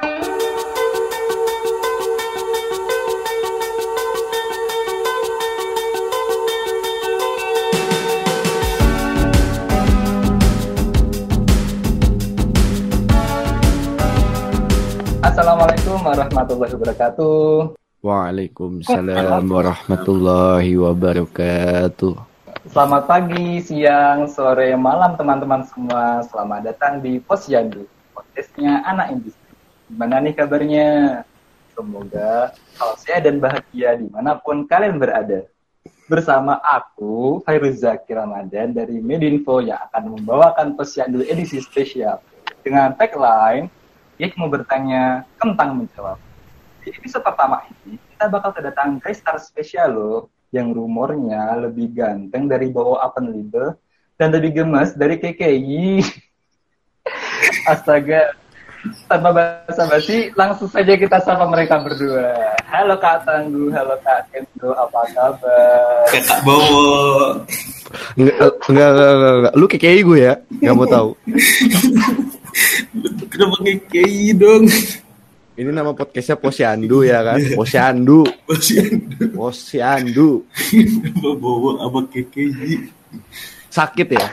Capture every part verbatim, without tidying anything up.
Assalamualaikum warahmatullahi wabarakatuh. Waalaikumsalam warahmatullahi wabarakatuh. Selamat pagi, siang, sore, malam teman-teman semua. Selamat datang di Posyandu, podcastnya anak industri. Gimana nih kabarnya? Semoga selalu sehat dan bahagia dimanapun kalian berada. Bersama aku, Fairuz Zakir Ramadan dari Medinfo yang akan membawakan Posyandu edisi spesial dengan tagline Yek mau bertanya, kentang menjawab. Di episode pertama ini, kita bakal kedatangan guest star spesial loh, yang rumornya lebih ganteng dari Bowo Appenliebe dan lebih gemes dari K K I. Astaga, tanpa basa-basi, langsung saja kita sapa mereka berdua. Halo Kak Tangguh, halo Kak Kenzo, apa kabar? Kak Bowo. Enggak, enggak, enggak, enggak, enggak. Lu K K I gue ya, nggak mau tahu. Kenapa K K I dong? Ini nama podcastnya Posyandu ya kan? Posyandu. Posyandu. Posyandu. Apa Bowo, apa K K I? Sakit ya?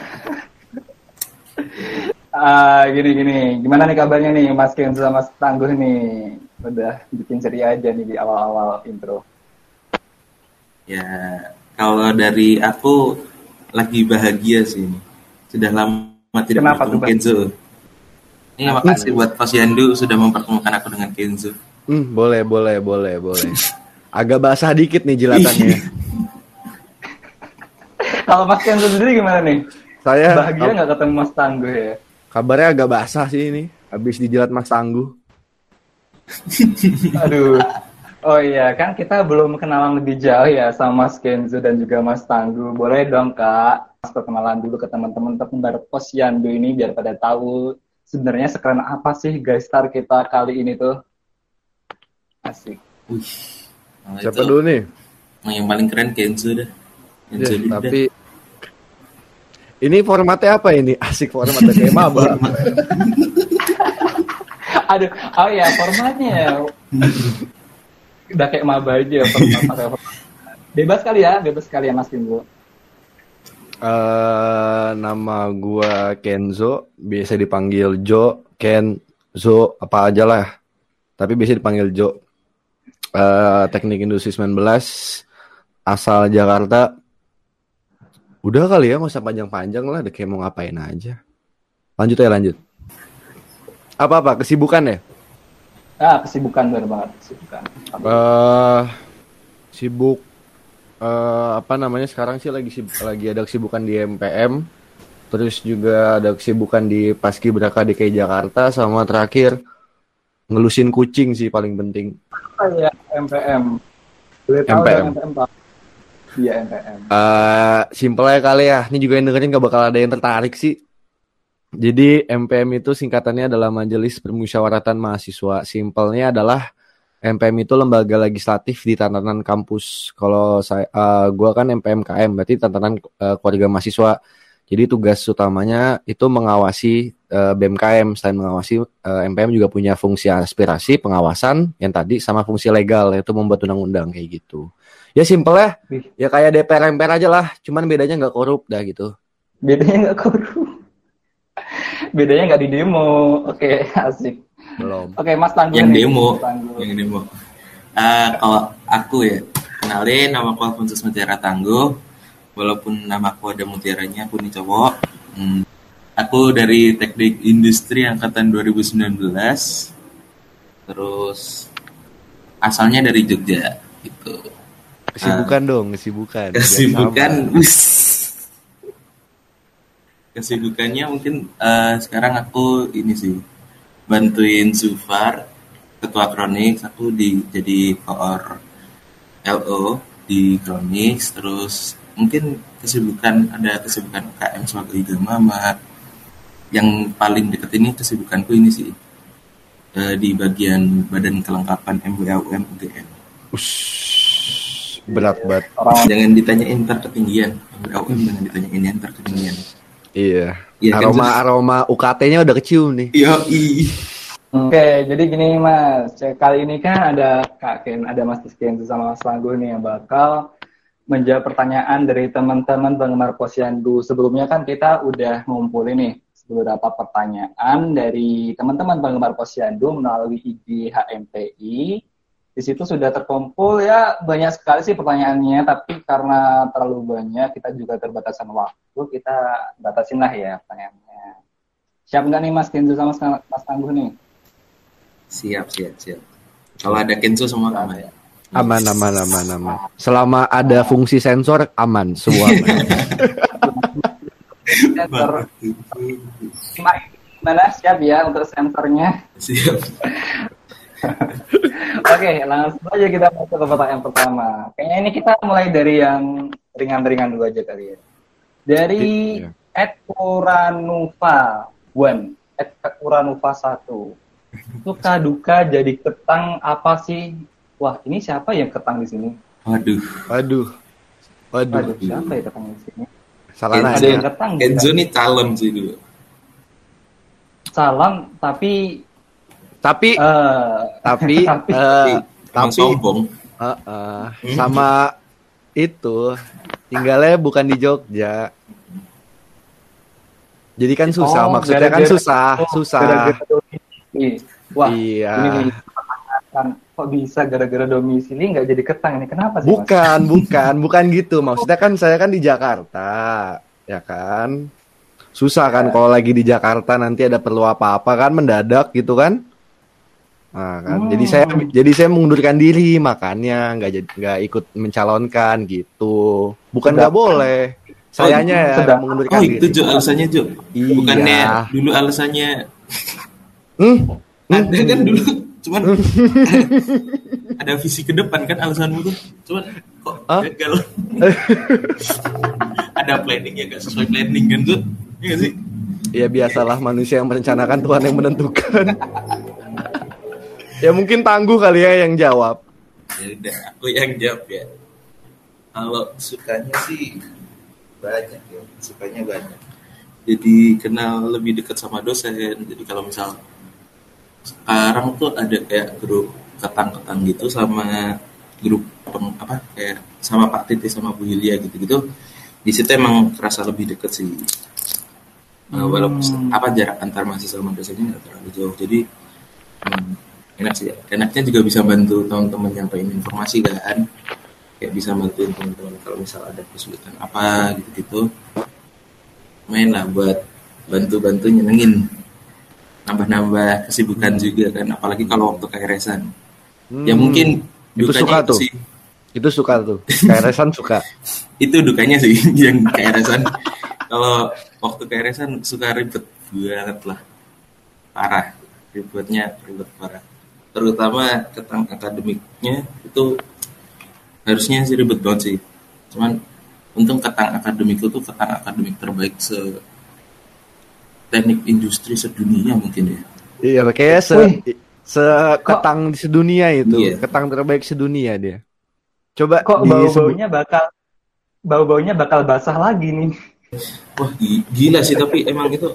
Ah, gini-gini. Gimana nih kabarnya nih Mas Kenzo sama Mas Tangguh nih? Udah bikin ceria aja nih di awal-awal intro. Ya, kalau dari aku lagi bahagia sih. Sudah lama tidak Kenapa bertemu tuh, Kenzo. Ini makasih buat Posyandu sudah mempertemukan aku dengan Kenzo. Hmm, boleh, boleh, boleh, boleh. Agak basah dikit nih jilatannya. Kalau Mas Kenzo sendiri gimana nih? Saya Bahagia nggak ketemu Mas Tangguh ya? Kabarnya agak basah sih ini. Habis dijilat Mas Tangguh. Aduh. Oh iya, kan kita belum kenalan lebih jauh ya sama Mas Kenzo dan juga Mas Tangguh. Boleh dong Kak, Mas perkenalan dulu ke teman-teman pendengar Posyandu ini biar pada tahu sebenarnya sekeren apa sih guest star kita kali ini tuh. Asik. Wih. Nah, Siapa itu, dulu nih? yang paling keren Kenzo dah. Kenzo Ya, tapi ini formatnya apa ini? Asik formatnya kayak maba. Aduh, oh ya formatnya. Udah kayak maba aja format. Bebas kali ya, bebas kali ya Mas Kenzo. Uh, nama gua Kenzo, biasa dipanggil Jo, Ken, Zo, apa aja lah. Tapi biasa dipanggil Jo. Uh, teknik industri sembilan belas, asal Jakarta. Udah kali ya, nggak usah panjang-panjang lah, udah kayak mau ngapain aja. Lanjut ya, lanjut. Apa-apa, kesibukan ya? Ah, kesibukan bener banget, kesibukan. Uh, sibuk. Uh, apa namanya sekarang sih lagi lagi ada kesibukan di M P M, terus juga ada kesibukan di Paskibraka D K I Jakarta, sama terakhir ngelusin kucing sih paling penting. Oh iya, M P M. Boleh tahu M P M. M P M Pak? Iya M P M. Uh, simple aja kali ya, ini juga yang dengerin gak bakal ada yang tertarik sih. Jadi M P M itu singkatannya adalah Majelis Permusyawaratan Mahasiswa. Simpelnya adalah M P M itu lembaga legislatif di tatanan kampus. Kalau saya, uh, gua kan M P M K M, berarti tatanan uh, keluarga mahasiswa. Jadi tugas utamanya itu mengawasi uh, B M K M. Selain mengawasi, uh, M P M juga punya fungsi aspirasi, pengawasan, yang tadi sama fungsi legal, yaitu membuat undang-undang kayak gitu. Ya simpel ya, ya kayak D P R M P R aja lah. Cuman bedanya nggak korup dah gitu. Bedanya nggak korup. Bedanya nggak di demo. Oke, asik. Belum. Oke, Mas Tangguh. Yang nih. demo, Tangguh. yang demo. Uh, kalau aku ya, kenalin nama aku Alfonsus Mutiara Tangguh. Walaupun nama aku ada mutiaranya, aku nih cowok. Hmm. Aku dari Teknik Industri angkatan dua ribu sembilan belas. Terus asalnya dari Jogja gitu. Kesibukan uh, dong, kesibukan. Kesibukan. Kesibukannya mungkin uh, sekarang aku ini sih bantuin Zufar, ketua Chronics. Aku di jadi koor L O di Chronics. Terus mungkin kesibukan ada kesibukan U K M sebagai Mama. Yang paling deket ini kesibukanku ini sih uh, di bagian badan kelengkapan M W A U M U G M. Ush, berat banget. Jangan ditanyain ntar ketinggian. M W A U M jangan ditanyain ntar ketinggian. Iya. Ya, aroma kan, aroma U K T-nya udah kecium nih. Iya, ih. Oke, jadi gini Mas, kali ini kan ada Kak Ken, ada Mas Kenzo sama Mas Langgo nih yang bakal menjawab pertanyaan dari teman-teman penggemar Posyandu. Sebelumnya kan kita udah ngumpulin nih beberapa pertanyaan dari teman-teman penggemar Posyandu melalui I G H M P I. Di situ sudah terkumpul ya banyak sekali sih pertanyaannya, tapi karena terlalu banyak kita juga terbatasan waktu, kita batasin lah ya pertanyaannya. Siap nggak nih Mas Kenzo sama Mas Tangguh nih? Siap, siap, siap. Kalau ada Kenzo semua aman ya? Aman, aman, aman, aman. Selama ada fungsi sensor, aman semua. Sensor mana siap ya untuk sensornya? Siap. Oke, langsung aja kita masuk ke pertanyaan pertama. Kayaknya ini kita mulai dari yang ringan-ringan dulu aja kali ya. Dari Ed Uranuva One, Ed Uranuva satu. Suka duka jadi ketang apa sih? Wah, ini siapa yang ketang di sini? Waduh. Waduh. Waduh. Waduh, siapa ya ketang di sini? Salah Ada nanya. yang ketang. Kenzo nih calon sih dulu. Salam, tapi Tapi eh tapi tapi eh, Emang tapi sombong. eh, eh, sama itu tinggalnya bukan di Jogja. Jadi kan susah, Oh, maksudnya kan gara-gara- susah, oh, susah. gara-gara domisili. Wah, Iya. ini nih, pertanyaan, kok bisa gara-gara domisili nggak jadi ketang ini? Kenapa sih? Mas? Bukan, bukan, bukan gitu. Maksudnya kan saya kan di Jakarta, ya kan. Susah kan kalau lagi di Jakarta nanti ada perlu apa-apa kan mendadak gitu kan. Nah, kan. Hmm. Jadi saya jadi saya mengundurkan diri makanya nggak jadi nggak ikut mencalonkan gitu. Bukan nggak boleh. Sayanya ya sedang. mengundurkan Oh diri. itu Jo alasannya Jo. Iya. Bukannya dulu alasannya Hmm? ada kan dulu. Cuman ada visi ke depan kan alasanmu tuh. Cuman kok Hah? gagal. Ada planning ya gak sesuai planning kan tuh. Iya gak sih? Ya biasalah manusia yang merencanakan Tuhan yang menentukan. Ya mungkin Tangguh kali ya yang jawab. Ya udah aku yang jawab ya. Kalau sukanya sih banyak ya, sukanya banyak. Jadi kenal lebih dekat sama dosen. Jadi kalau misal sekarang tuh ada kayak grup ketang-ketang gitu sama grup peng, apa kayak sama Pak Titi sama Bu Yulia gitu-gitu. Di situ emang kerasa lebih dekat sih. Nah, walaupun Hmm. apa jarak antar mahasiswa sama dosennya nggak terlalu jauh. Jadi hmm, enak sih. Enaknya juga bisa bantu teman-teman nyampein informasi kan. Kayak bisa bantuin teman-teman kalau misal ada kesulitan apa gitu-gitu. Main lah buat bantu-bantu nyenengin. Nambah-nambah kesibukan juga kan. Apalagi kalau waktu keeresan. Hmm. Ya mungkin Itu dukanya suka itu tuh. sih. Itu suka tuh. Kairesan suka. Itu dukanya sih yang keeresan. Kalau waktu keeresan suka ribet banget lah. Parah. Ribetnya ribet parah. Terutama tentang akademiknya itu harusnya sih ribet banget sih. Cuman untung ketang akademik itu ketang akademik terbaik se teknik industri sedunia mungkin ya. Iya, kayaknya se Wih. se ketang di sedunia itu. Iya. Ketang terbaik sedunia dia. Coba Kok disebut- bau-baunya bakal bau-baunya bakal basah lagi nih. Wah gi- gila sih tapi emang itu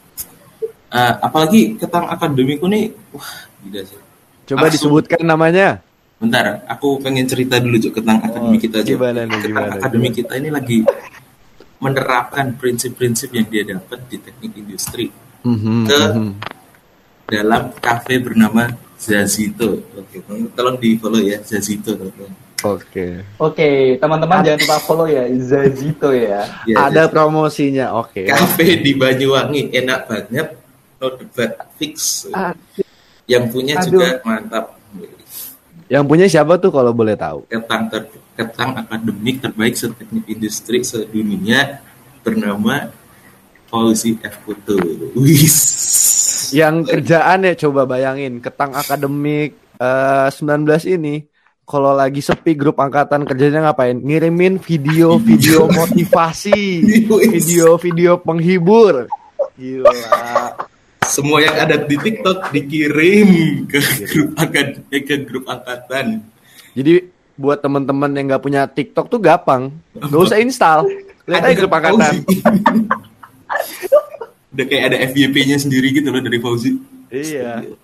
uh, apalagi ketang akademiku nih wah gila sih. Coba Langsung. disebutkan namanya. Bentar, aku pengen cerita dulu Cuk, tentang akademik kita aja. Oh, gimana nih, Tentang gimana, akademik kita ini lagi menerapkan prinsip-prinsip yang dia dapat di teknik industri Mhm, ke mhm. dalam kafe bernama Zazito. Oke, tolong di follow ya Zazito teman-teman. Oke. Oke, teman-teman jangan lupa follow ya Zazito ya. Ya, Ada Zazito. promosinya. Oke. Kafe di Banyuwangi enak banget, no debat fix. Yang punya Aduh. juga mantap. Yang punya siapa tuh kalau boleh tahu? Ketang ter, ketang akademik terbaik seteknik industri sedunia bernama Fauzi F. Putu. Wis. Yang kerjaan ya coba bayangin ketang akademik eh, sembilan belas ini kalau lagi sepi grup angkatan kerjanya ngapain? Ngirimin video-video motivasi, video-video penghibur. Gila. Semua yang ada di TikTok dikirim ke grup akad eh, ke grup angkatan. Jadi buat teman-teman yang nggak punya TikTok tuh gampang, nggak usah install, lihat aja grup angkatan. Udah kayak ada F Y P-nya sendiri gitu loh dari Fauzi. Iya.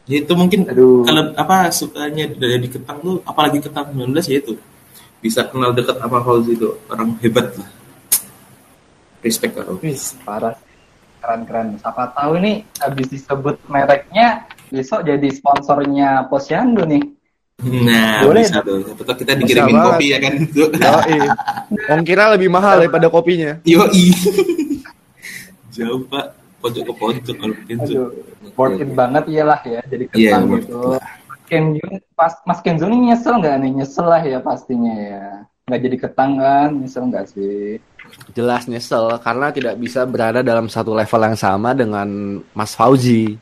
Ya itu mungkin Aduh. kalau apa sukanya dari Ketang tuh, apalagi Ketang sembilan belas ya itu bisa kenal dekat sama Fauzi itu orang hebat lah. Respect lah. Wih, parah. Keren-keren. Siapa tahu ini habis disebut mereknya besok jadi sponsornya Posyandu nih. Nah, Boleh. bisa tuh. Betul kita dikirimin Bisa kopi ya kan. Yoi. Ongkirnya lebih mahal daripada kopinya. Yoi. Jauh Pak, pojok ke pojok kalau gitu. Aduh, worth it banget iyalah ya jadi Iya, Ketang worth gitu. it lah. Kenzo, pas Mas Kenzo ini nyesel nggak nih? Nyesel lah ya pastinya ya. Nggak jadi Ketang kan? Nyesel nggak sih? Jelas nyesel karena tidak bisa berada dalam satu level yang sama dengan Mas Fauzi.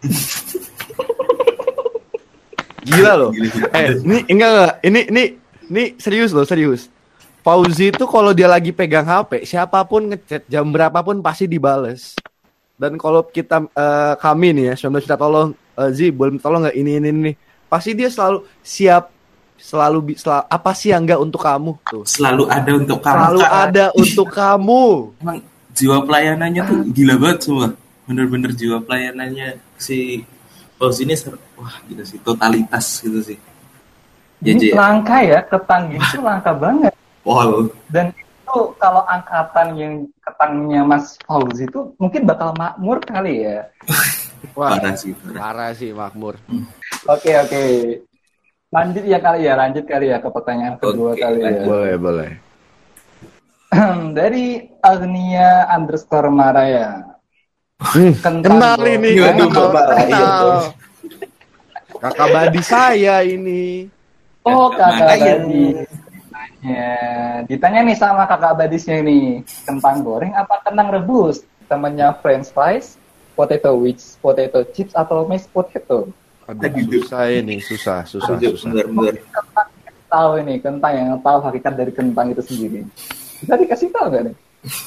Gila loh. Eh, ini enggak enggak. Ini ini ini serius loh, serius. Fauzi itu kalau dia lagi pegang H P, siapapun ngechat jam berapapun pasti dibales. Dan kalau kita uh, kami nih ya, sembilan belas kita tolong uh, Zi, boleh tolong nggak ini ini ini. Pasti dia selalu siap, selalu, selalu apa sih yang enggak untuk kamu tuh. Selalu ada untuk kamu. Selalu Kak. ada untuk kamu. Emang jiwa pelayanannya tuh gila banget semua. Bener-bener jiwa pelayanannya si Fauzi ini ser- wah gitu sih, totalitas gitu sih. Ya, Ini J. langka ya, Ketang gitu langka banget. Wow. Dan itu kalau angkatan yang Ketangnya Mas Fauzi itu mungkin bakal makmur kali ya. Wah, Parah sih, parah. parah sih makmur. Oke oke. Lanjut ya kali ya, lanjut kali ya ke pertanyaan kedua Oke, kali ya. lanjut. Boleh, boleh. Dari Agnia underscore Maraya. Hmm, Kentang kenal goreng. ini, Iya, kenal, Mbak Maraya. kenal. Kakak badi saya ini. Oh Kakak kakak Maraya. badis. Ya, ditanya nih sama kakak badisnya nih, kentang goreng apa kentang rebus? Temannya French fries, potato wedge, potato chips atau mashed potato? Aduh, susah ini, susah, susah, Lanjut, susah. bener-bener. Kentang yang tahu ini, kentang yang tahu hakikat dari kentang itu sendiri. Bisa dikasih tahu nggak nih?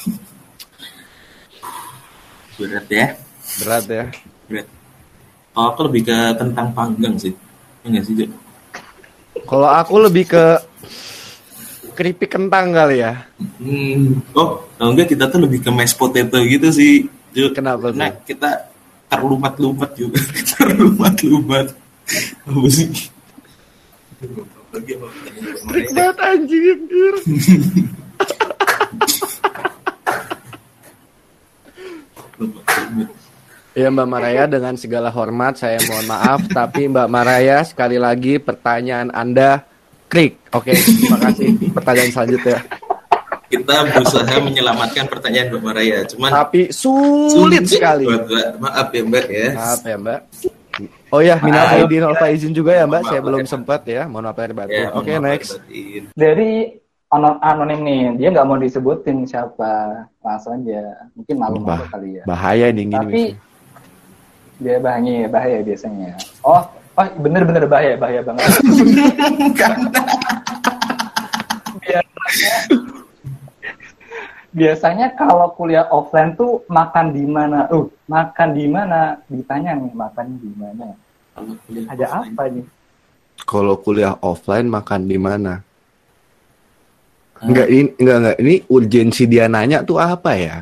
Berat ya, Berat ya. berat. Kalau aku lebih ke kentang panggang sih. Enggak sih, Jo? Kalau aku lebih ke keripik kentang kali ya. Hmm. Oh, kalau enggak kita tuh lebih ke mashed potato gitu sih, Jo. Kenapa tuh? Nah, kita terlumat-lumat juga. terlumat-lumat. Apa sih? Lagi apa? Trik banget anjing anjir. Lumat-lumat. Ya Mbak Maraya, dengan segala hormat saya mohon maaf, tapi Mbak Maraya sekali lagi pertanyaan Anda klik. Oke, terima kasih. Pertanyaan selanjutnya. Kita berusaha menyelamatkan pertanyaan Mbak Maraya, cuman Tapi sulit sekali. Buat, buat, maaf ya Mbak ya. Maaf ya Mbak. Oh ya, minal Maaf. aidin wal faizin juga ya Mbak. Maaf, Saya maaf, belum ya. sempat ya. Mohon maaf lahir batin. Ya, Oke, maaf, next. batin. Dari anon- anonim nih, dia nggak mau disebutin siapa, langsung aja. Mungkin malu-malu Bah- kali ya. Bahaya nih gini. Tapi dia bahaya, bahaya biasanya. Oh, oh bener-bener bahaya, bahaya banget. biasanya, biasanya kalau kuliah offline tuh makan di mana? Uh, makan di mana? Ditanya nih, makan di mana? Kalau kuliah Ada offline. apa nih? Kalau kuliah offline makan di mana? Ah, Enggak ini enggak enggak ini urgensi dia nanya tuh apa ya?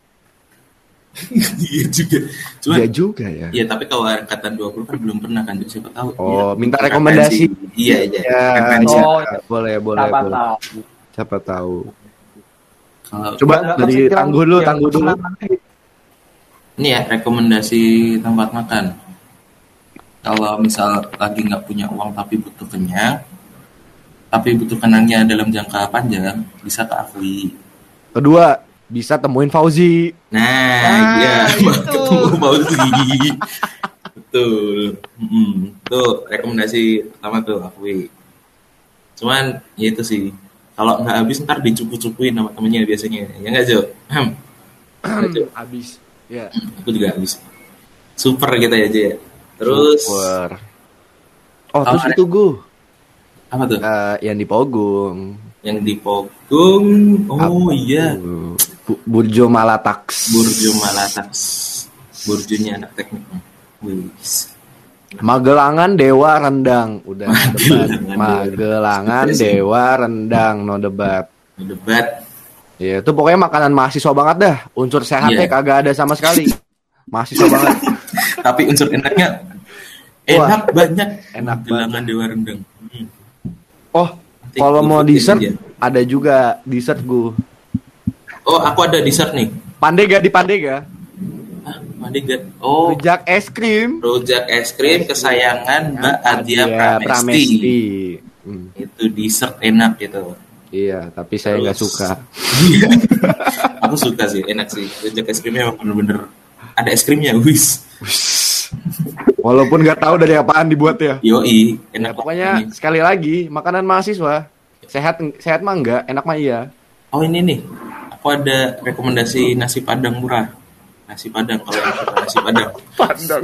Iya juga. Cuman, Dia juga ya. ya tapi kalau angkatan dua puluh kan belum pernah kan, siapa tahu. Oh, Iya, minta referensi. rekomendasi. Iya, iya. Ya, Referensi. ya. Oh, boleh, boleh, Siapa boleh. tahu? Siapa tahu. Kalau Coba Nggak dari kepikiran tangguh dulu, yang tangguh dulu. mana-mana. ini ya rekomendasi tempat makan. Kalau misal lagi nggak punya uang tapi butuh kenyang, tapi butuh kenyangnya dalam jangka panjang, bisa ke Afwi. Kedua, bisa temuin Fauzi. Nah, Ah, iya, itu. ketemu Fauzi. Betul. Mm-mm. Tuh rekomendasi pertama tuh Afwi. Cuman ya itu sih. Kalau nggak habis ntar dicupu-cupuin sama temennya biasanya. Ya nggak Jo? Ahem. Nggak, Jo? Habis. Ya. Aku juga habis. Super kita ya Jo ya. Terus Super. Oh, terus Kalau itu gue apa tuh? yang di Pogung. Yang di Pogung. Oh Apa iya. tuh? Bu- Burjo Malatax. Burjo Malatax. Burjonya anak teknik. Wih. Magelangan Dewa Rendang. Udah no debat. Magelangan Dewa. Magelangan Dewa Rendang, no debat. Debat. Ya, itu pokoknya makanan mahasiswa banget dah. Unsur sehatnya Iya. kagak ada sama sekali. Mahasiswa banget. Tapi unsur enaknya Enak banyak. Enak Gelangan Dewa Rendang. Hmm. Oh, Nanti kalau gua mau ikutin dessert aja. ada juga dessert gue. Oh, aku ada dessert nih. Pandega di Pandega. Ah, mandi gak? Oh, Rujak es krim. rujak es krim kesayangan Mbak Adia Adia Pramesti. Hmm, Itu dessert enak gitu. iya, tapi saya nggak Terus- suka. Aku suka sih, enak sih. Rujak es krimnya emang bener-bener ada es krimnya, wis. Walaupun nggak tahu dari apaan dibuat ya. Yoi, Ya, enak pokoknya banget ini. sekali lagi makanan mahasiswa sehat sehat mah enggak, enak mah iya. Oh ini nih, aku ada rekomendasi nasi padang murah. Nasi padang kalau yang suka nasi padang. Padang.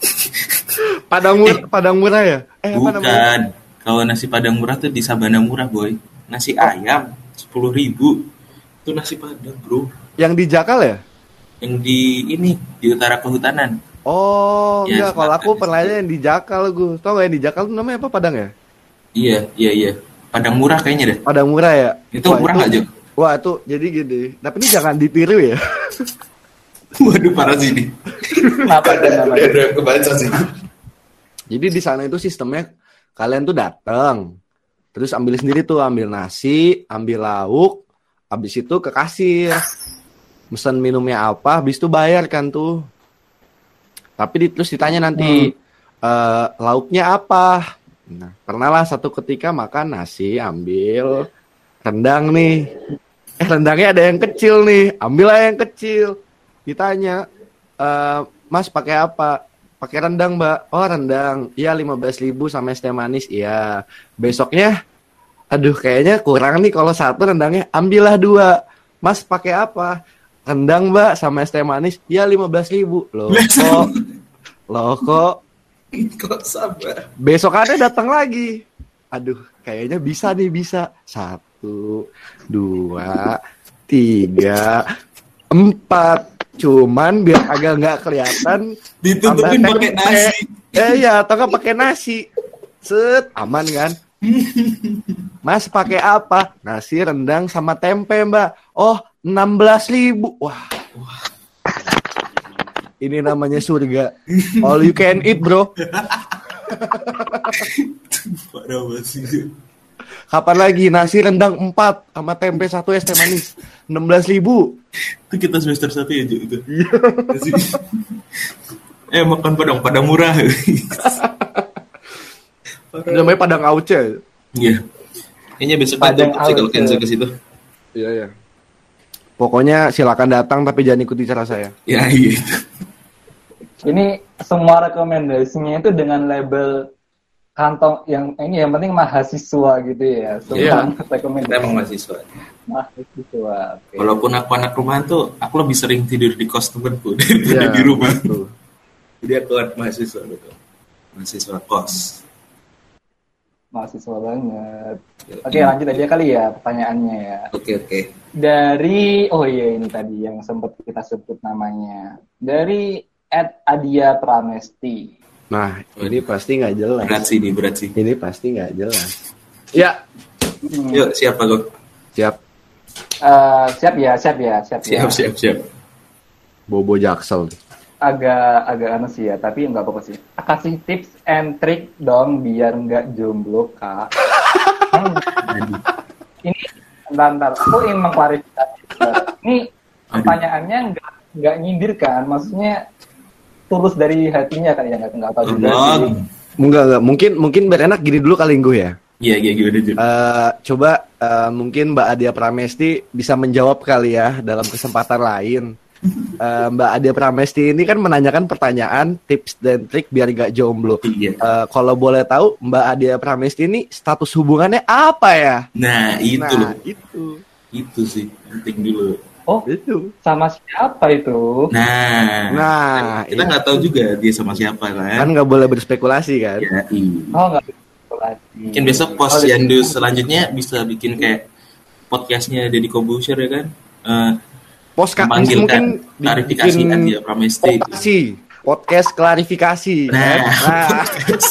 Padang murah, Padang murah ya? Eh apa namanya? Bukan, kalau nasi padang murah tuh di Sabana Murah boy. Nasi ayam sepuluh ribu. Itu nasi padang bro. Yang di Jakal ya? Yang di ini di utara kehutanan. Oh, Ya, enggak, kalau aku selatan. pernah yang di Jakal gue. Tau gak yang di Jakal tuh namanya apa Padang ya? Iya, iya, iya. Padang murah kayaknya deh. Padang murah ya? Itu murah nggak, Jo? Wah, itu jadi gini. Tapi ini jangan ditiru ya. Waduh parah sih ini. Kenapa dan nama? Udah kebaca sih. Jadi di sana itu sistemnya kalian tuh datang, terus ambil sendiri tuh, ambil nasi, ambil lauk, habis itu ke kasir, mesen minumnya apa, habis itu bayar kan tuh. Tapi di, terus ditanya nanti eh, lauknya apa. Nah, pernah lah satu ketika makan nasi, ambil rendang nih. Eh rendangnya ada yang kecil nih, ambil aja yang kecil. Ditanya, eh, Mas pakai apa? Pakai rendang mbak. Oh rendang, iya lima belas ribu sama es teh manis. Iya. Besoknya, aduh kayaknya kurang nih kalau satu rendangnya. Ambillah dua. Mas pakai apa? Rendang mbak sama es teh manis. Iya lima belas ribu. Loh kok, loh kok. Kok sabar. Besokannya datang lagi. Aduh kayaknya bisa nih bisa. Satu, dua, tiga, empat. Cuman biar agak nggak kelihatan Ditutupin tambah pakai tempe. nasi. Eh ya, atau nggak pakai nasi. Set, aman kan? Mas pakai apa? Nasi rendang sama tempe, Mbak. Oh, enam belas ribu. Wah. Ini namanya surga. All you can eat, bro. Parah banget sih. Kapan lagi nasi rendang empat sama tempe satu es teh manis enam belas ribu. Itu kita semester satu ya, Jo, itu. eh, makan padang, padang murah. Ini namanya Padang Auce. Iya. Kayaknya besok Padang tutup sih kalau Auce. Kenzo ke situ. Iya, iya. Pokoknya silakan datang tapi jangan ikuti cara saya. Ya, iya. Ini semua rekomendasinya itu dengan label kantong yang ini yang penting mahasiswa gitu ya. Semua Iya. rekomendasi Kita emang mahasiswa. mahasiswa. Oke. Walaupun aku anak rumahan tuh, aku lebih sering tidur di kos temenku daripada Iya, di rumah. betul. Jadi aku anak mahasiswa betul. Mahasiswa kos. Mahasiswa banget. Oke, lanjut aja kali ya pertanyaannya ya. Oke, oke. Dari oh iya ini tadi yang sempat kita sebut namanya. Dari at Adia Pramesti. Nah, ini pasti nggak jelas. Berat sih ini, berat sih. Ini pasti nggak jelas. Ya, Hmm. Yuk, siapa lo? siap. Eh, siap ya, siap ya, siap, ya. Siap, siap, siap. Bobo Jaksel. Agak agak aneh sih ya, tapi nggak apa-apa sih. Kasih tips and trick dong biar nggak jomblo kak. Hmm. Ini bentar, bentar. Aku ingin mengklarifikasi. Ini pertanyaannya nggak nggak nyindir kan, maksudnya tulus dari hatinya kan ya nggak nggak tahu juga Allah. sih. Enggak, enggak. Mungkin mungkin biar enak gini dulu kali gue ya. Iya, iya, gimana, Jo? Eh, coba eh, mungkin Mbak Adia Pramesti bisa menjawab kali ya dalam kesempatan lain. Eh, Mbak Adia Pramesti ini kan menanyakan pertanyaan tips dan trik biar gak jomblo. Iya. Eh, kalau boleh tahu Mbak Adia Pramesti ini status hubungannya apa ya? Nah, itu Nah, loh. itu. Itu sih, penting dulu. Oh, Itu. sama siapa itu? Nah, Nah, kita nggak tahu juga dia sama siapa kan kan? nggak boleh berspekulasi kan? Ya, iya. Oh nggak bisa lagi. Mungkin besok pos Oh, Yandu selanjutnya bisa bikin kayak podcastnya Deddy Kobusier ya kan? Eh, Poska memanggilkan klarifikasi Adia Pramesti. Podcast, podcast klarifikasi. Nah, Nah,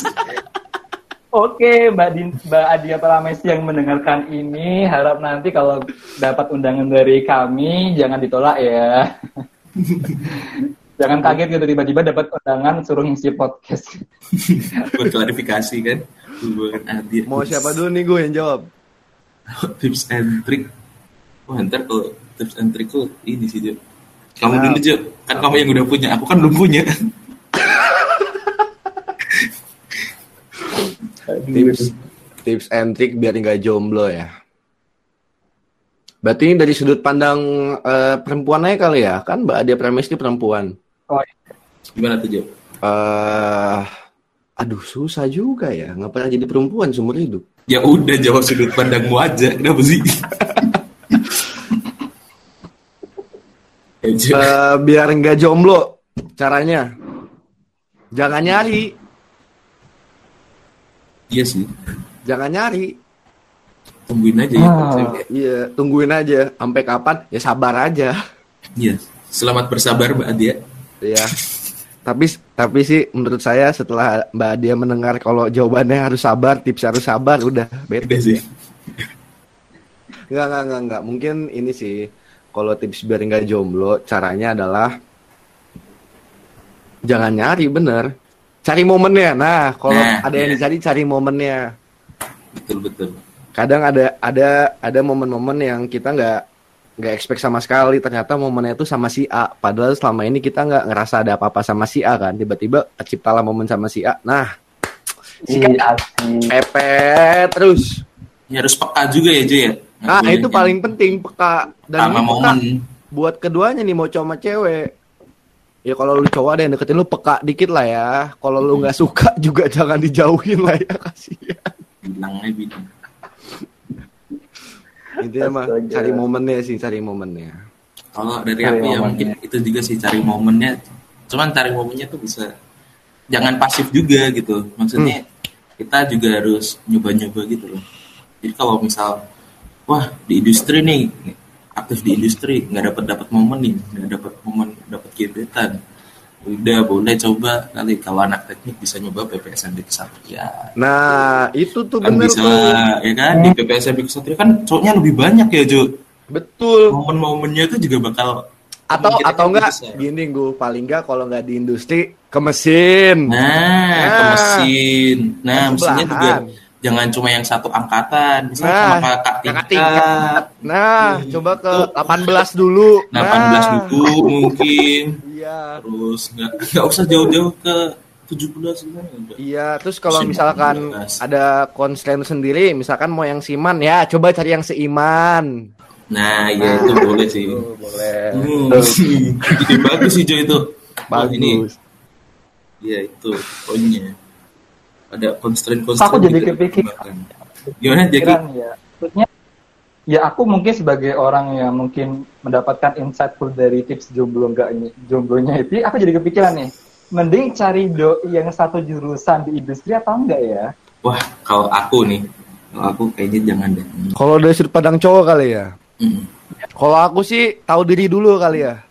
Oke, Mbak Din, Mbak Adia Pramesti yang mendengarkan ini, harap nanti kalau dapat undangan dari kami jangan ditolak ya. Jangan kaget gitu tiba-tiba dapat undangan suruh ngisi podcast. Buat klarifikasi kan. Hubungan Adit. Mau siapa dulu nih gue yang jawab? Tips and trick. Wah, ntar kalau tips and trick tuh ini sih, Jo. Kamu Nah. dulu, Jo. Kan kamu yang udah punya. Aku kan belum punya. Tips tips and trick biar nggak jomblo ya. Berarti ini dari sudut pandang eh, perempuan aja kali ya, kan Mbak Adia Pramesti perempuan. Oh, Gimana tuh, Jo? Eh, aduh susah juga ya, nggak pernah jadi perempuan seumur hidup. Ya udah, jawab sudut pandangmu aja. Kenapa sih? Ya, Jo. Eh, biar nggak jomblo, caranya jangan nyari, Iya sih. jangan nyari. Tungguin aja ya. Ah. Iya, tungguin aja. Sampai kapan? Ya sabar aja. Iya. Selamat bersabar, Mbak Adia. Iya. Tapi tapi sih menurut saya setelah Mbak Adia mendengar kalau jawabannya harus sabar, tips harus sabar, udah bete Udah sih. Enggak, enggak, enggak, enggak. Mungkin ini sih, kalau tips biar nggak jomblo, caranya adalah jangan nyari, bener. Cari momennya. Nah, kalau Nah, ada yang iya. dicari, cari momennya. Betul, betul. Kadang ada ada ada momen-momen yang kita nggak nggak expect sama sekali. Ternyata momennya itu sama si A. Padahal selama ini kita nggak ngerasa ada apa-apa sama si A kan. Tiba-tiba terciptalah momen sama si A. Nah, si iya sih. pepet terus. Ya harus peka juga ya, Jo ya. Nggak Nah, boleh itu yang paling penting, peka. Dan sama ini peka momen. buat keduanya nih, mau cowok sama cewek. Ya kalau lu cowok ada yang deketin lu, peka dikit lah ya. Kalau lu nggak suka juga jangan dijauhin lah ya, kasihan. Bilangnya bilang. Intinya mah Astaga. cari momennya sih, cari momennya. Kalau dari Cari aku ya momennya. mungkin itu juga sih cari momennya. Cuman cari momennya tuh bisa jangan pasif juga gitu. Maksudnya kita juga harus nyoba-nyoba gitu loh. Jadi kalau misal wah di industri nih aktif di industri nggak dapat dapat momen nih nggak dapat momen dapat gebetan udah boleh coba kali kalau anak teknik bisa nyoba P P S M B Kesatria Nah, itu tuh kan bener bisa tuh. ya kan di P P S M B Kesatria kan cowoknya lebih banyak ya Jo. Betul. Momen-momennya tuh juga bakal Atau kemungkinan atau lebih enggak besar. gini gue paling enggak kalau enggak di industri ke mesin. Nah, ke Nah. mesin. Nah, Kan mesinnya juga sebelahan. jangan cuma yang satu angkatan, misalnya Nah, sama kakak kakak tingkat. tingkat. Nah, Hmm. coba ke delapan belas dulu. delapan belas Nah. dulu mungkin. Iya. Terus nggak nggak usah jauh-jauh ke tujuh belas gimana enggak. Iya, terus kalau Mesin misalkan delapan belas. ada constraint sendiri, misalkan mau yang seiman, ya coba cari yang seiman. Nah, ya itu boleh sih. Tuh, boleh. Hmm. Ide bagus sih Jo itu. Wah, Bagus. ini ya itu poinnya. Ada constraint-constraint. Aku jadi juga kepikir. dipertimbangkan. Gimana Jaki? Pikiran ya. Maksudnya ya aku mungkin sebagai orang yang mungkin mendapatkan insightful dari tips jomblo enggak ini jomblonya itu, aku jadi kepikiran nih. Mending cari doi yang satu jurusan di industri atau enggak ya? Wah, kalau aku nih, kalau aku kayaknya jangan deh. Kalau dari sudut pandang cowok kali ya. Hmm. Kalau aku sih tahu diri dulu kali ya.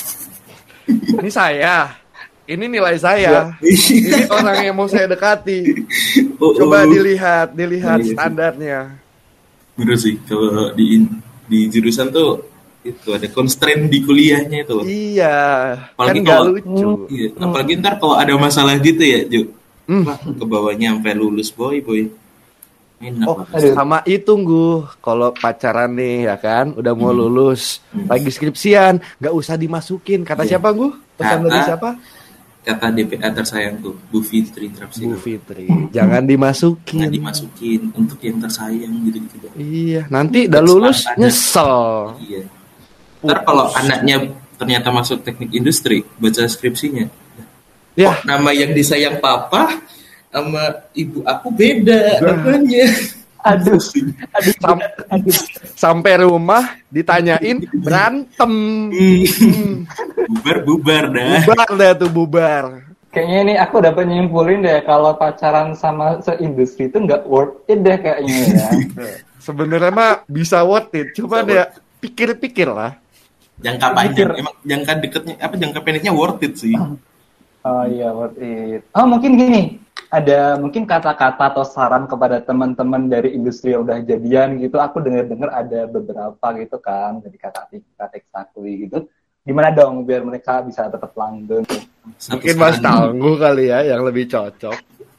Ini saya. Ini nilai saya. Ini orang yang mau saya dekati. Oh, Coba oh. dilihat, dilihat Iya, iya. standarnya. Bener sih, kalau di di jurusan tuh itu ada constraint di kuliahnya itu. Iya, kan Apalagi nggak kalau- lucu. Iya, apalagi ntar kalau ada masalah gitu ya, Jo. Hmm. Wah, ke bawahnya sampai lulus boy, boy. Enak Oh, banget. sama itu Gu, kalau pacaran nih ya kan, udah mau Hmm. lulus, Hmm. lagi skripsian, nggak usah dimasukin. Kata Iya. siapa Gu? Pesan Kata- dari siapa? Kata D P A tersayang tuh, Bu Fitri Trapsilo. Bu Fitri. Jangan dimasukin. Nggak dimasukin untuk yang tersayang gitu-gitu. Iya, nanti udah lulus Kesempatan. nyesel. Iya. Ntar kalau anaknya ternyata masuk teknik industri, baca skripsinya. Ya, Kok nama yang disayang papa sama ibu aku beda Bah. namanya. Aduh, aduh, Sam- aduh. sampai rumah ditanyain berantem. Hmm. Bubar-bubar dah. Bubar dah tuh bubar. Kayaknya ini aku dapat nyimpulin deh kalau pacaran sama seindustri itu nggak worth it deh kayaknya ya. Sebenarnya mah bisa worth it, coba Bisa deh pikir-pikir lah. Jangka panjang, emang jangka deketnya apa jangka pendeknya worth it sih. Oh iya, worth it. Oh mungkin gini, ada mungkin kata-kata atau saran kepada teman-teman dari industri yang udah jadian gitu. Aku dengar-dengar ada beberapa gitu kan dari kakak kakak Sakui gitu. Gimana dong biar mereka bisa tetap langgeng? Satu Mungkin Mas saran, Tangguh kali ya yang lebih cocok.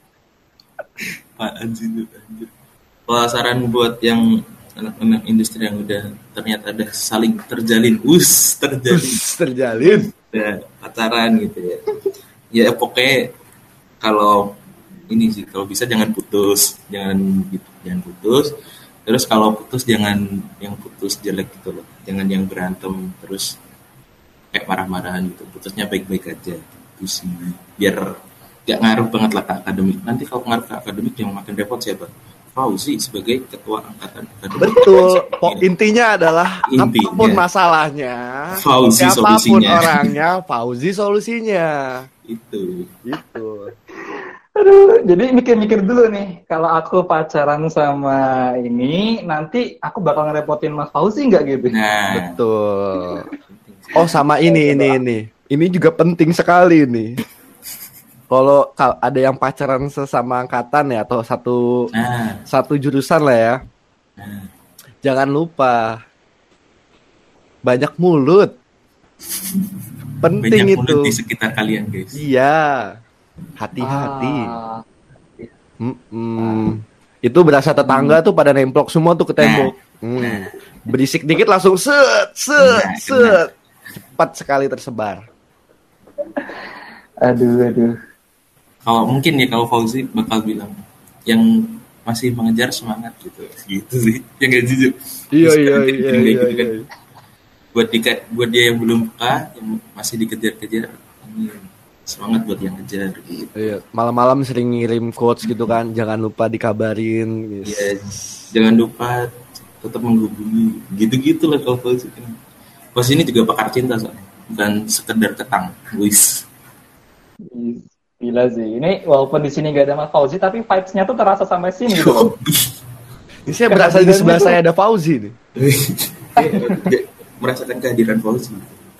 apaan sih itu, anjir. Kalau saran buat yang anak-anak industri yang udah ternyata udah saling terjalin, us terjalin, Terjalin. udah pacaran gitu ya. Ya pokoknya kalau ini sih kalau bisa jangan putus, jangan gitu, jangan putus. Terus kalau putus jangan yang putus jelek gitu loh, jangan yang berantem terus kayak marah-marahan gitu. Putusnya baik-baik aja, itu sih. Biar gak ngaruh banget lah ke akademik. Nanti kalau ngaruh ke akademik yang makin repot siapa? Fauzi sebagai ketua angkatan akademik. Betul. Po- intinya adalah Intinya. apapun masalahnya, Fauzi siapapun solusinya. orangnya, Fauzi solusinya. Itu. Gitu. Aduh, jadi mikir-mikir dulu nih, kalau aku pacaran sama ini, nanti aku bakal ngerepotin Mas Fauzi nggak gitu? Nah, Betul. Oh sama ini ini ini. Ini juga penting sekali nih. Kalau kal- ada yang pacaran sesama angkatan ya atau satu nah, satu jurusan lah ya. nah. Jangan lupa banyak mulut. Penting Banyak itu. mulut di sekitar kalian guys. Iya. Hati-hati. Ah, Mm-mm. Itu berasa tetangga tuh pada nemplok semua tuh ke tembok. Hmm. Berisik dikit langsung set set Nah, set. Cepat sekali tersebar. aduh, aduh. Kalau mungkin ya kalau Fauzi bakal bilang yang masih mengejar semangat gitu, gitu sih. Yang gak jujur. Iya Terus iya kan iya kayak iya. gitu kan. iya. Buat di, buat dia yang belum peka, yang masih dikejar-kejar, ini semangat buat yang kejar gitu. Iya, malam-malam sering ngirim quotes gitu kan, jangan lupa dikabarin. Yes. Ya, jangan lupa tetap menghubungi. Gitu-gitu lah kalau Fauzi kan. Fauzi ini juga pakar cinta soalnya, bukan sekedar ketang. Wis. Gila sih. Ini walaupun di sini gak ada Mas Fauzi, tapi vibes-nya tuh terasa sampai sini gitu. Ini saya berasa di sebelah saya ada Fauzi nih. Merasakan kehadiran Fauzi.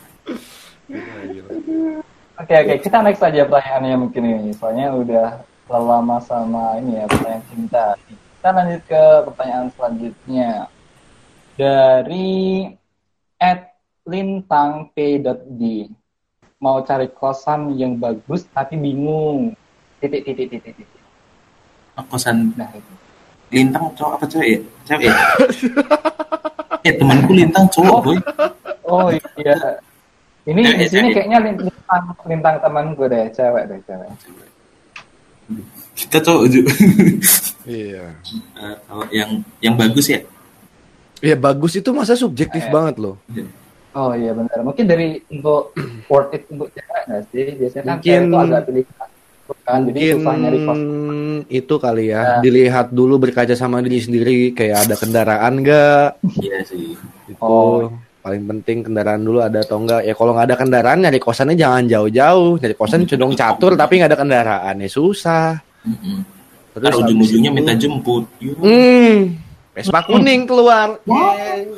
Oke, oke. Kita next aja pertanyaannya mungkin ini. Soalnya udah lama sama ini ya, pertanyaan cinta. Kita lanjut ke pertanyaan selanjutnya. Dari at lintang p dot d. Mau cari kosan yang bagus tapi bingung. Titik, titik, titik, titik. Kosan Nah, itu. Lintang cowok apa cewek ya? Cewek ya? Eh temanku Lintang cowok boy. Oh iya. Ini Cewek, di sini cewek. kayaknya lintang, lintang temanku deh, cewek deh, cewek. Kita cowok juga. Iya. Eh, kalau yang yang bagus ya. Iya bagus itu masa subjektif Eh. banget loh. Oh iya benar. Mungkin dari untuk worth it untuk cewek nggak sih? Biasanya kan Mungkin- cewek itu agak pilih kan, jadi Mungkin susah nyari kosan. itu kali ya, Ya. dilihat dulu berkaca sama diri sendiri kayak ada kendaraan nggak? Iya sih. Itu Oh. paling penting kendaraan dulu ada atau enggak. Ya kalau nggak ada kendaraan nyari kosannya jangan jauh-jauh. Nyari kosan condong catur tapi nggak ada kendaraan ya susah. Mm-mm. Terus Ntar ujung-ujungnya habis minta itu- jemput. Yuh. Hmm, Vespa kuning keluar. Yay.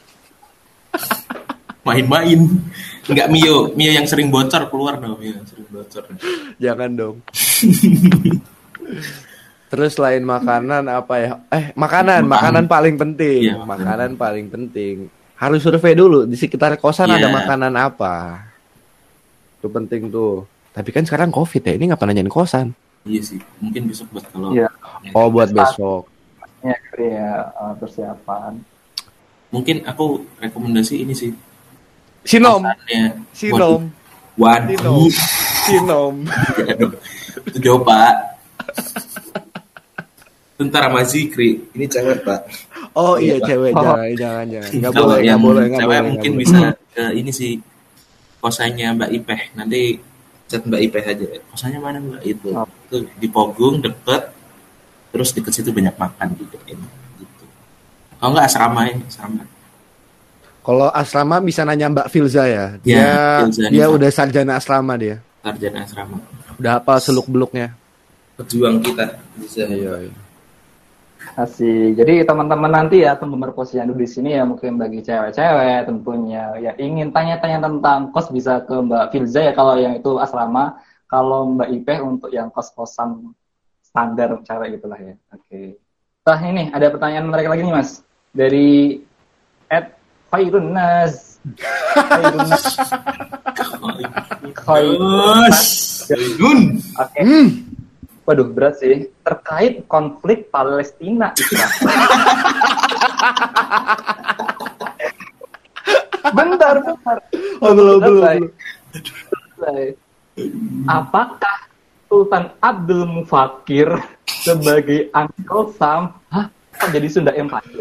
Main-main. Enggak Mio, Mio yang sering bocor keluar dong, Mio yang sering bocor. Jangan dong. Terus selain makanan apa ya? Eh, makanan, makanan paling penting. Iya, makanan. makanan paling penting. Harus survei dulu di sekitar kosan Iya. ada makanan apa. Itu penting tuh. Tapi kan sekarang Covid ya, ini ngapain nanyain kosan? Iya sih. Mungkin besok buat kalau Iya. Oh, buat besok. Ya, ya uh, persiapan. mungkin aku rekomendasi ini sih. Sinom, Kosannya. sinom, Waduh. sinom, sinom. Waduh. Itu jauh, Pak. Tentara sama Zikri. Ini cewek, Pak. Oh iya cewek, Oh. jangan, jangan, jangan. Nggak Kalau boleh, nggak yang boleh, nggak cewek boleh. mungkin nggak bisa boleh. ke ini sih kosannya Mbak Ipeh. Nanti chat Mbak Ipeh aja. Kosannya mana Mbak itu? Oh. Itu di Pogung deket. Terus deket situ banyak makan juga ini. Gitu. Kalau nggak asrama ya, asrama. Kalau asrama bisa nanya Mbak Filza ya. Dia Ya, Filza dia nih, Pak. udah sarjana asrama dia. Sarjana asrama. Udah apa seluk beluknya? Pejuang kita bisa. iya. Asik. Jadi teman-teman nanti ya penggemar posyandu di sini ya mungkin bagi cewek-cewek tentunya ya ingin tanya-tanya tentang kos bisa ke Mbak Filza ya kalau yang itu asrama, kalau Mbak Ipeh untuk yang kos-kosan standar cewek gitulah ya. Oke. Nah ini ada pertanyaan menarik lagi nih Mas dari Ed Fairunaz Khairun Nas. Terus, Nun. Oke. Waduh, berat sih. Terkait konflik Palestina. Bentar, bentar. Oh, belum, belum, Selesai. belum. Selesai. Apakah Sultan Abdul Mufakir sebagai Uncle Sam? Hah? Kok jadi Sunda Empire?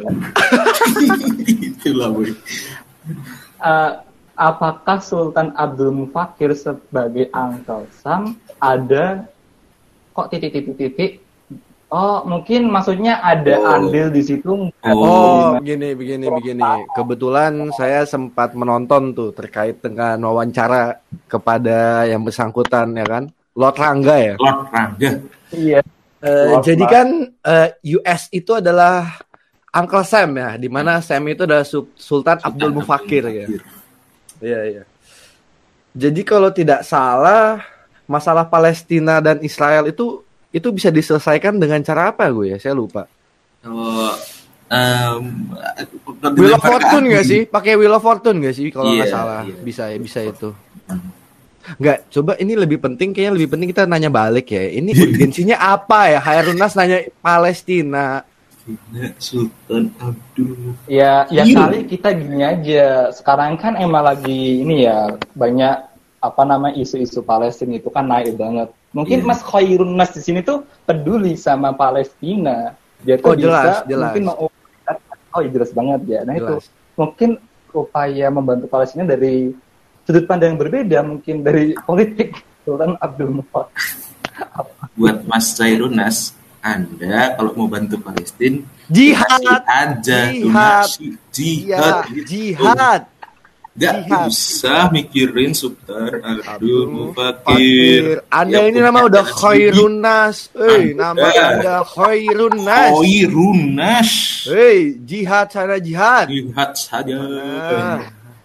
Itulah, boy. Uh, apakah Sultan Abdul Mufakir sebagai Uncle Sam ada kok titik-titik-titik? Oh, mungkin maksudnya ada Oh. andil di situ. Oh, begini, begini, begini. Kebetulan saya sempat menonton tuh terkait dengan wawancara kepada yang bersangkutan, ya kan? Lord Rangga ya. Lord Rangga. Iya. Eh, Lord jadi Rangga. kan eh, U S itu adalah Uncle Sam ya, di mana Sam itu adalah Sul- Sultan Abdul Mufakir ya. Iya, iya. Jadi kalau tidak salah, masalah Palestina dan Israel itu itu bisa diselesaikan dengan cara apa gue ya? Saya lupa. Kalau um, Wheel of Fortune nggak sih? Pakai Wheel of Fortune nggak sih? Kalau nggak Iya, salah, iya. bisa ya, bisa itu. Nggak, coba ini lebih penting, kayaknya lebih penting kita nanya balik ya. Ini urgensinya apa ya? Khairun Nas nanya Palestina. Sultan Abdul. Ya, ya Iya. kali kita gini aja. Sekarang kan emang lagi ini ya banyak apa nama isu-isu Palestina itu kan naik banget. Mungkin Iya. Mas Khairun Nas di sini tuh peduli sama Palestina. Dia tuh Oh, jelas, bisa jelas. mungkin mau oh iya, jelas banget ya. Nah itu Jelas. mungkin upaya membantu Palestina dari sudut pandang yang berbeda, mungkin dari politik Sultan Abdul Mufakir. Buat Mas Cairunas, Anda kalau mau bantu Palestina, Jihad, kasih aja jihad, donasi. Iya, Jihad, jihad. Gak jihad. usah mikirin Sultan Abdul Abdul Mufakir. Fakir. Anda Ya ini punya nama udah anak Khairun Nas. Hei, Anda. nama Anda Khairun Nas. Khairunnas. Hei, jihad sana jihad. Lihat saja. Nah.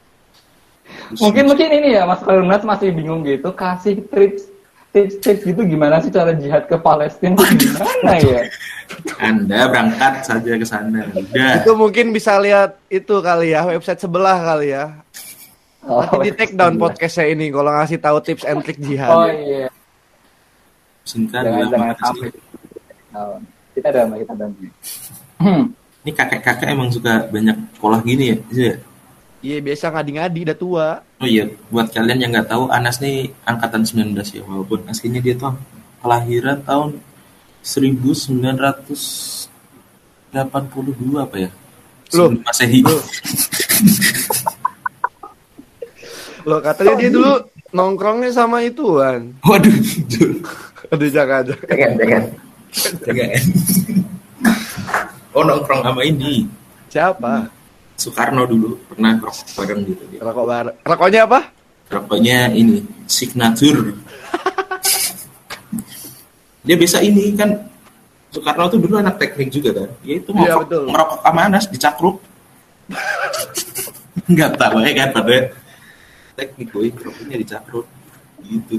Mungkin mungkin ini ya Mas Khairun Nas masih bingung gitu, kasih tips tips-tips gitu gimana sih cara jihad ke Palestina gimana ya? Anda berangkat saja ke sana. Udah. Itu mungkin bisa lihat itu kali ya, website sebelah kali ya. Oh, Nanti di take down podcastnya ini kalau ngasih tahu tips and trick jihad. Oh iya. Singkat Jangan bilang jangan makasih. sampai. Oh, kita damai kita damai. Ini kakek-kakek emang suka banyak sekolah gini ya? Iya. Iya, biasa ngadi-ngadi udah tua. Oh iya, buat kalian yang nggak tahu, Anas nih angkatan sembilan belas ya, walaupun aslinya dia tuh kelahiran tahun seribu sembilan ratus delapan puluh dua apa ya? Loh. Sebelum Masehi. Loh, katanya dia dulu nongkrongnya sama ituan. Waduh, Aduh, jangan aja. Jangan jangan. jangan. Oh, nongkrong sama ini. Siapa? Soekarno dulu pernah rokok bareng gitu dia. Rokok bareng. Rokoknya apa? Rokoknya ini signature. Dia bisa ini kan, Soekarno tuh dulu anak teknik juga kan. Ya itu Iya, ngerokok, betul. ngerokok sama Anas dicakruk. Enggak tahu ya kan pada teknik boy, rokoknya dicakruk. Gitu.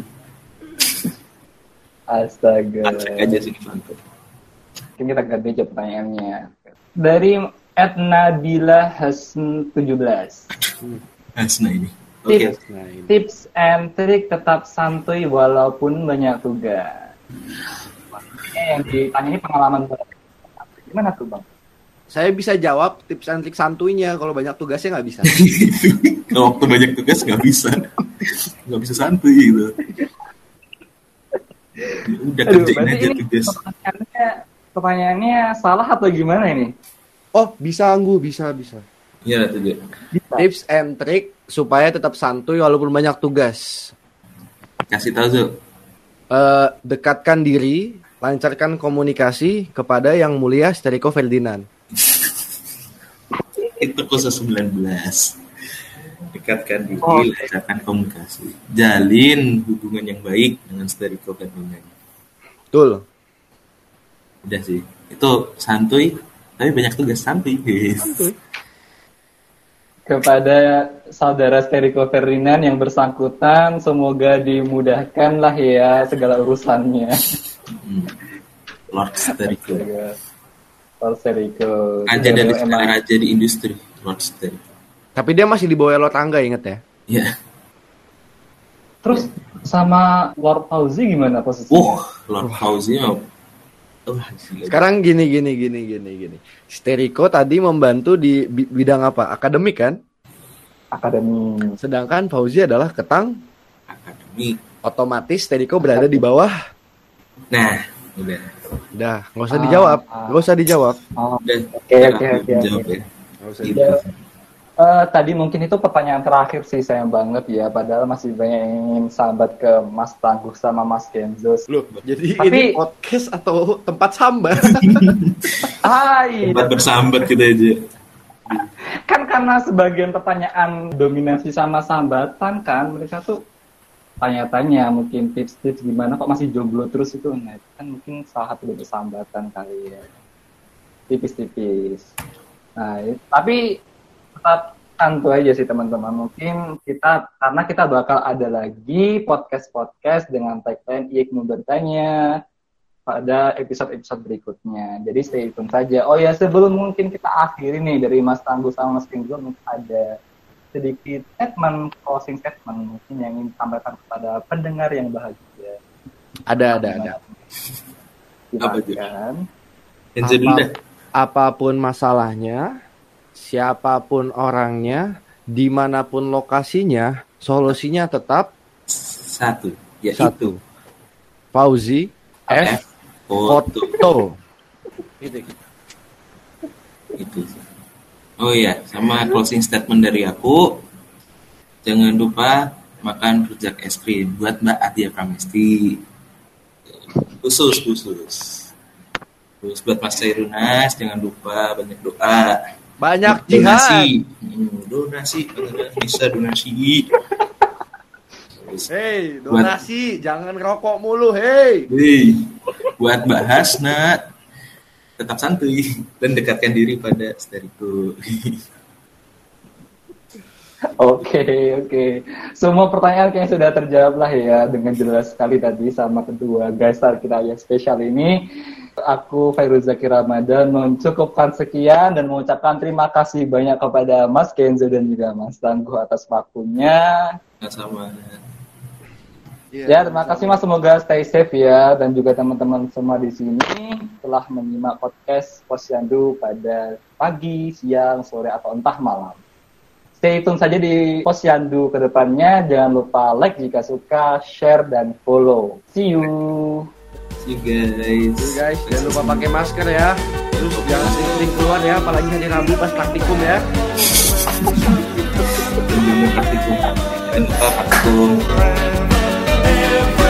Astaga. Acak aja sih mantap. Mungkin kita ganti aja pertanyaannya. Dari Etnabila Hasn tujuh belas. Hasna ini. Oke. Tips, tips and trik tetap santuy walaupun banyak tugas. Eh, yang ditanya ini pengalaman banget. Gimana tuh Bang? Saya bisa jawab tips and trik santuinya, kalau banyak tugasnya nggak bisa. Kalau waktu banyak tugas nggak bisa, nggak bisa santuy gitu. Ya udah Aduh, kerjain berarti aja ini tugas. pertanyaannya, pertanyaannya salah atau gimana ini? Oh, bisa Anggu, bisa, bisa. Iya tuh dia. Bisa. Tips and trick supaya tetap santuy walaupun banyak tugas. Kasih tahu Zul. Eh, dekatkan diri, lancarkan komunikasi kepada Yang Mulia Steriko Ferdinand. Itu khusus sembilan belas. Dekatkan diri, Oh. lancarkan komunikasi. Jalin hubungan yang baik dengan Steriko Ferdinand. Betul. Udah sih. Itu santuy, tapi banyak tugas santuy. Santuy. Kepada saudara Steriko Ferdinand yang bersangkutan, semoga dimudahkan lah ya segala urusannya. Hmm. Lord Steriko. Lord Steriko. Raja dari segala Emang- raja di industri. Lord Steriko. Tapi dia masih di bawah Elo Tangga, inget ya? Iya. Terus sama Lord Fauzi gimana posisinya? Uh, Lord Fauzi mah. Wah, gila. Sekarang gini gini gini gini gini. Steriko tadi membantu di bi- bidang apa? Akademik kan? Akademi. Sedangkan Fauzi adalah ketang, Akademik. otomatis Steriko berada di bawah. Nah, udah. Udah, nggak usah dijawab, Ah, ah. nggak usah dijawab. Oh, Udah. Oke, Udah, oke, aku oke, jawab oke. ya. Nggak usah Gitu. dijawab. Eh, tadi mungkin itu pertanyaan terakhir sih, sayang banget ya. Padahal masih banyak yang ingin sambat ke Mas Tangguh sama Mas Kenzo. Loh, jadi Tapi- ini podcast atau tempat sambat? Hai, Tempat bersambat kita aja. kan karena sebagian pertanyaan dominasi sama sambatan kan, mereka tuh tanya-tanya mungkin tips-tips gimana kok masih jomblo terus itu. Nah, itu kan mungkin salah satu dari sambatan kali ya. Tipis-tipis. Nah, it- tapi tetap santu aja sih teman-teman. Mungkin kita, karena kita bakal ada lagi podcast-podcast dengan tagline Iekmu Bertanya pada episode-episode berikutnya. Jadi stay tune saja. Oh ya, sebelum mungkin kita akhiri nih dari Mas Tangguh sama Mas Kenzo, mungkin ada sedikit statement, closing statement mungkin yang ingin disampaikan kepada pendengar yang bahagia. Ada, ada, ada. Apa tuh? Silakan. Kenzo dulu dah. Apapun masalahnya, siapapun orangnya, dimanapun lokasinya, solusinya tetap Satu. Ya satu. itu. Fauzi F. F. Foto. Foto. Gitu. Itu. Oh iya, sama closing statement dari aku. Jangan lupa makan rujak es krim buat Mbak Atia Pramesti. Khusus, khusus. Terus buat Mas Cairunas, jangan lupa banyak doa. Banyak jihad. Donasi. Hmm, donasi, bisa donasi. Terus, Hei, donasi, jangan rokok mulu, hei. Hei, buat Mbak Hasna, tetap santuy dan dekatkan diri pada Steriko. Oke, oke. Semua pertanyaan kayaknya sudah terjawab lah ya dengan jelas sekali tadi sama kedua guest star kita yang spesial ini. Aku Fairul Zaki Ramadan mencukupkan sekian dan mengucapkan terima kasih banyak kepada Mas Kenzo dan juga Mas Tangguh atas waktunya. Sama. Ya, terima kasih Mas. Semoga stay safe ya, dan juga teman-teman semua di sini telah menyimak podcast Posyandu pada pagi, siang, sore atau entah malam. Stay tune saja di Posyandu ke depannya. Jangan lupa like jika suka, share dan follow. See you. See you guys. Tuh guys, jangan lupa pakai masker ya. Terus jangan sering keluar ya, apalagi hari Rabu pas praktikum ya. Jangan lupa praktikum. Jangan lupa praktikum.